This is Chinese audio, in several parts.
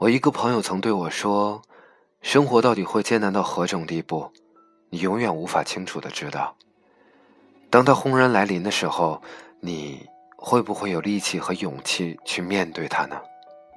我一个朋友曾对我说，生活到底会艰难到何种地步，你永远无法清楚地知道。当它轰然来临的时候，你会不会有力气和勇气去面对它呢？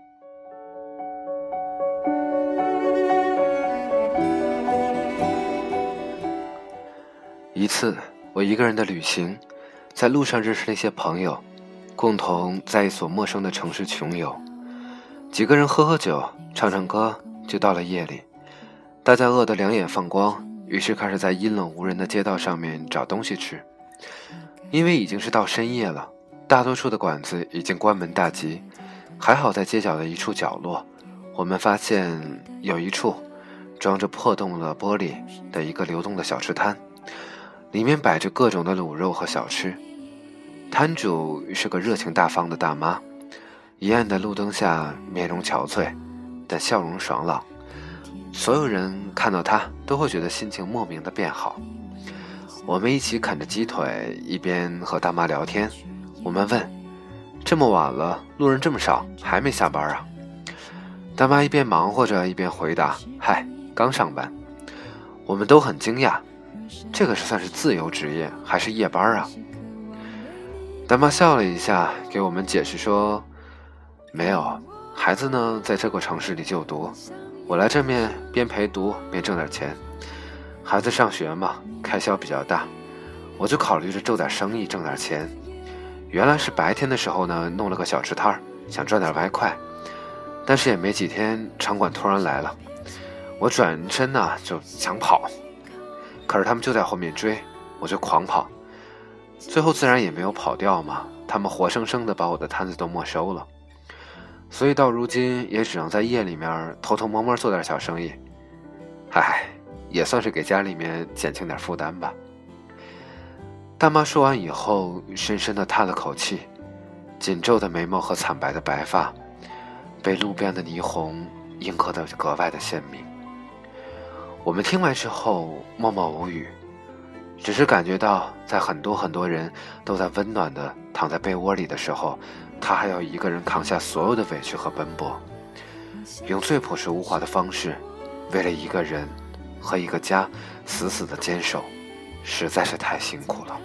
一次，我一个人的旅行，在路上认识了一些朋友，共同在一所陌生的城市穷游。几个人喝喝酒，唱唱歌，就到了夜里。大家饿得两眼放光，于是开始在阴冷无人的街道上面找东西吃。因为已经是到深夜了，大多数的馆子已经关门大吉。还好在街角的一处角落，我们发现有一处装着破洞了玻璃的一个流动的小吃摊，里面摆着各种的卤肉和小吃。摊主是个热情大方的大妈，阴暗的路灯下面容憔悴，但笑容爽朗。所有人看到她都会觉得心情莫名的变好。我们一起啃着鸡腿，一边和大妈聊天。我们问，这么晚了，路人这么少，还没下班啊？大妈一边忙活着一边回答，嗨，刚上班。我们都很惊讶，这个算是自由职业还是夜班啊？大妈笑了一下，给我们解释说，没有，孩子呢在这个城市里就读，我来这面边陪读边挣点钱。孩子上学嘛，开销比较大，我就考虑着做点生意挣点钱。原来是白天的时候呢，弄了个小吃摊，想赚点外快，但是也没几天，场馆突然来了，我转身呢就想跑，可是他们就在后面追，我就狂跑，最后自然也没有跑掉嘛，他们活生生的把我的摊子都没收了。所以到如今也只能在夜里面偷偷摸摸做点小生意，嗨，也算是给家里面减轻点负担吧。大妈说完以后，深深地叹了口气，紧皱的眉毛和惨白的白发，被路边的霓虹映刻得格外的鲜明。我们听完之后默默无语，只是感觉到在很多人都在温暖地躺在被窝里的时候，他还要一个人扛下所有的委屈和奔波，用最朴实无华的方式，为了一个人和一个家死死的坚守，实在是太辛苦了。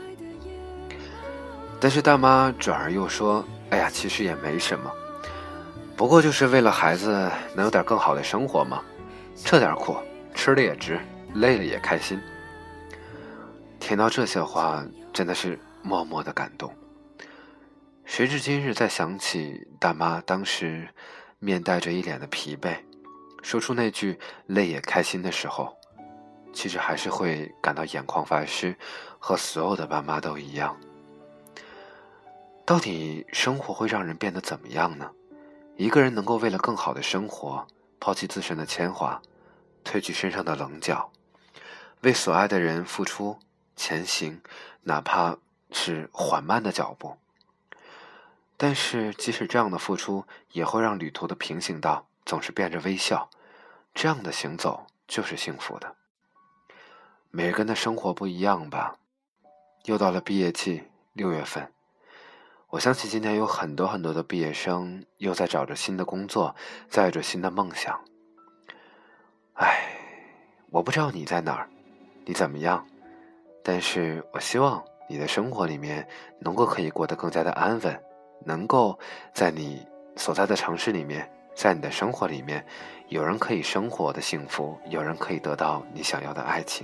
但是大妈转而又说，哎呀，其实也没什么，不过就是为了孩子能有点更好的生活嘛，这点苦吃了也值，累了也开心。听到这些话真的是默默的感动。时至今日再想起大妈当时面带着一脸的疲惫，说出那句累也开心的时候，其实还是会感到眼眶发湿，和所有的爸妈都一样。到底生活会让人变得怎么样呢？一个人能够为了更好的生活，抛弃自身的铅华，褪去身上的棱角，为所爱的人付出前行，哪怕是缓慢的脚步。但是即使这样的付出，也会让旅途的平行道总是变着微笑，这样的行走就是幸福的。每个人的生活不一样吧。又到了毕业季，6月份，我相信今天有很多的毕业生又在找着新的工作，载着新的梦想。我不知道你在哪儿，你怎么样，但是我希望你的生活里面能够可以过得更加的安稳，能够在你所在的城市里面，在你的生活里面，有人可以生活的幸福，有人可以得到你想要的爱情。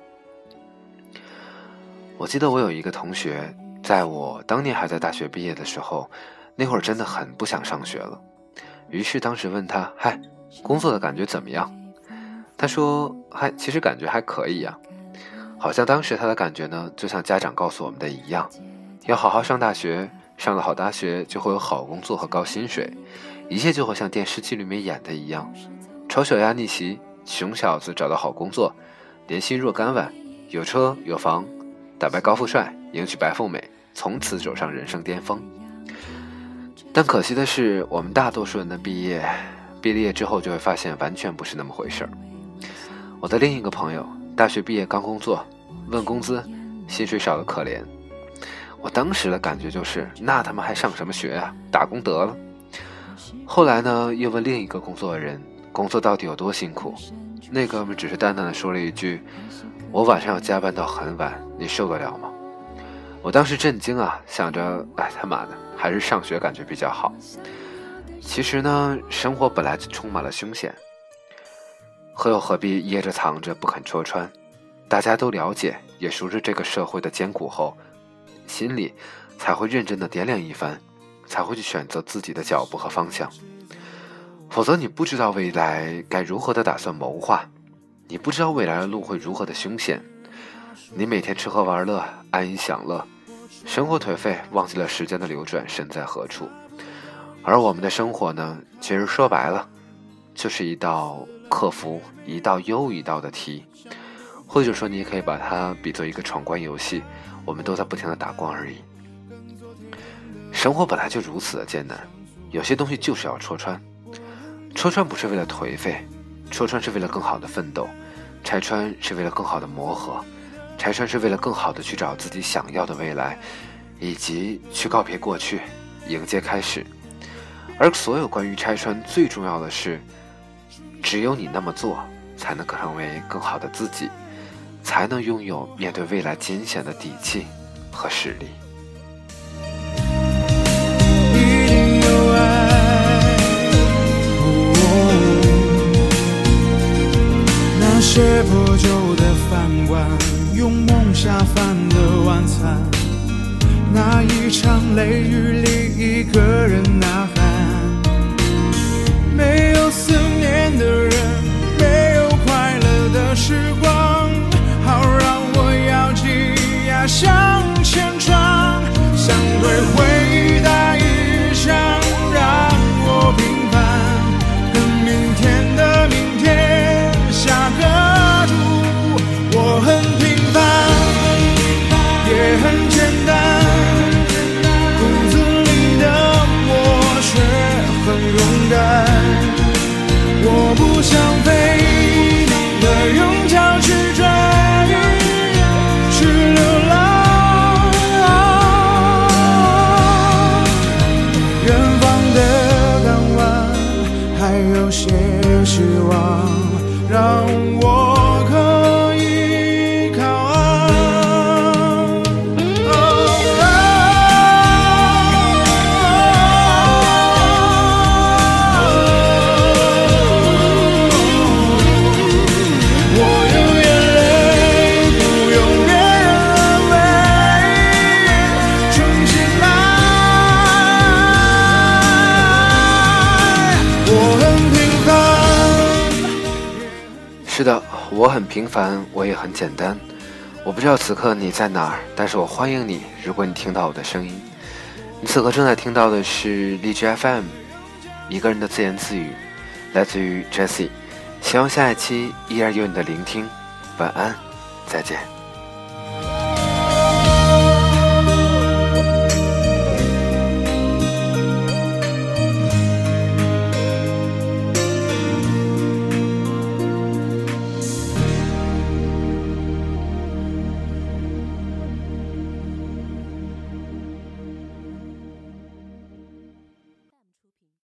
我记得我有一个同学，在我当年还在大学毕业的时候，那会儿真的很不想上学了。于是当时问他，嗨，工作的感觉怎么样？他说，其实感觉还可以呀。好像当时他的感觉呢，就像家长告诉我们的一样，要好好上大学，上了好大学就会有好工作和高薪水，一切就会像电视剧里面演的一样，丑小鸭逆袭，熊小子找到好工作，年薪若干万，有车有房，打败高富帅，迎娶白富美，从此走上人生巅峰。但可惜的是，我们大多数人的毕了业之后就会发现完全不是那么回事儿。我的另一个朋友大学毕业刚工作，问工资，薪水少得可怜。我当时的感觉就是，那他妈还上什么学啊，打工得了。 后来呢，又问另一个工作的人，工作到底有多辛苦？那哥们只是淡淡的说了一句：“我晚上要加班到很晚，你受得了吗？”我当时震惊啊，想着，他妈的，还是上学感觉比较好。其实呢，生活本来就充满了凶险，又何必掖着藏着不肯戳穿？大家都了解，也熟知这个社会的艰苦后，心里才会认真的掂量一番，才会去选择自己的脚步和方向。否则你不知道未来该如何的打算谋划，你不知道未来的路会如何的凶险，你每天吃喝玩乐，安逸享乐，生活颓废，忘记了时间的流转身在何处。而我们的生活呢，其实说白了，就是一道克服一道又一道的题，或者说你也可以把它比作一个闯关游戏，我们都在不停的打关而已。生活本来就如此的艰难，有些东西就是要戳穿。戳穿不是为了颓废，戳穿是为了更好的奋斗，拆穿是为了更好的磨合，拆穿是为了更好的去找自己想要的未来，以及去告别过去，迎接开始。而所有关于拆穿最重要的是，只有你那么做，才能成为更好的自己，才能拥有面对未来艰险的底气和实力。 那些破旧的饭馆，用梦下饭的晚餐，那一场雷雨里一个人呐喊，没有思念的人，没有快乐的时光，好让我咬紧牙向前闯，想对回忆打一枪，让我平凡，跟明天的明天下个注。我很平凡，也很简单，骨子里的我却很勇敢。我不想飞，的用脚去追，去流浪。远方的港湾，还有些希望，让我可以靠岸。我有眼泪，不用别人安慰，重新来。我很平凡。 是的，我很平凡，我也很简单。我不知道此刻你在哪儿，但是我欢迎你。如果你听到我的声音，你此刻正在听到的是荔枝 FM 一个人的自言自语，来自于 Jessie。希望下一期依然有你的聆听。晚安，再见。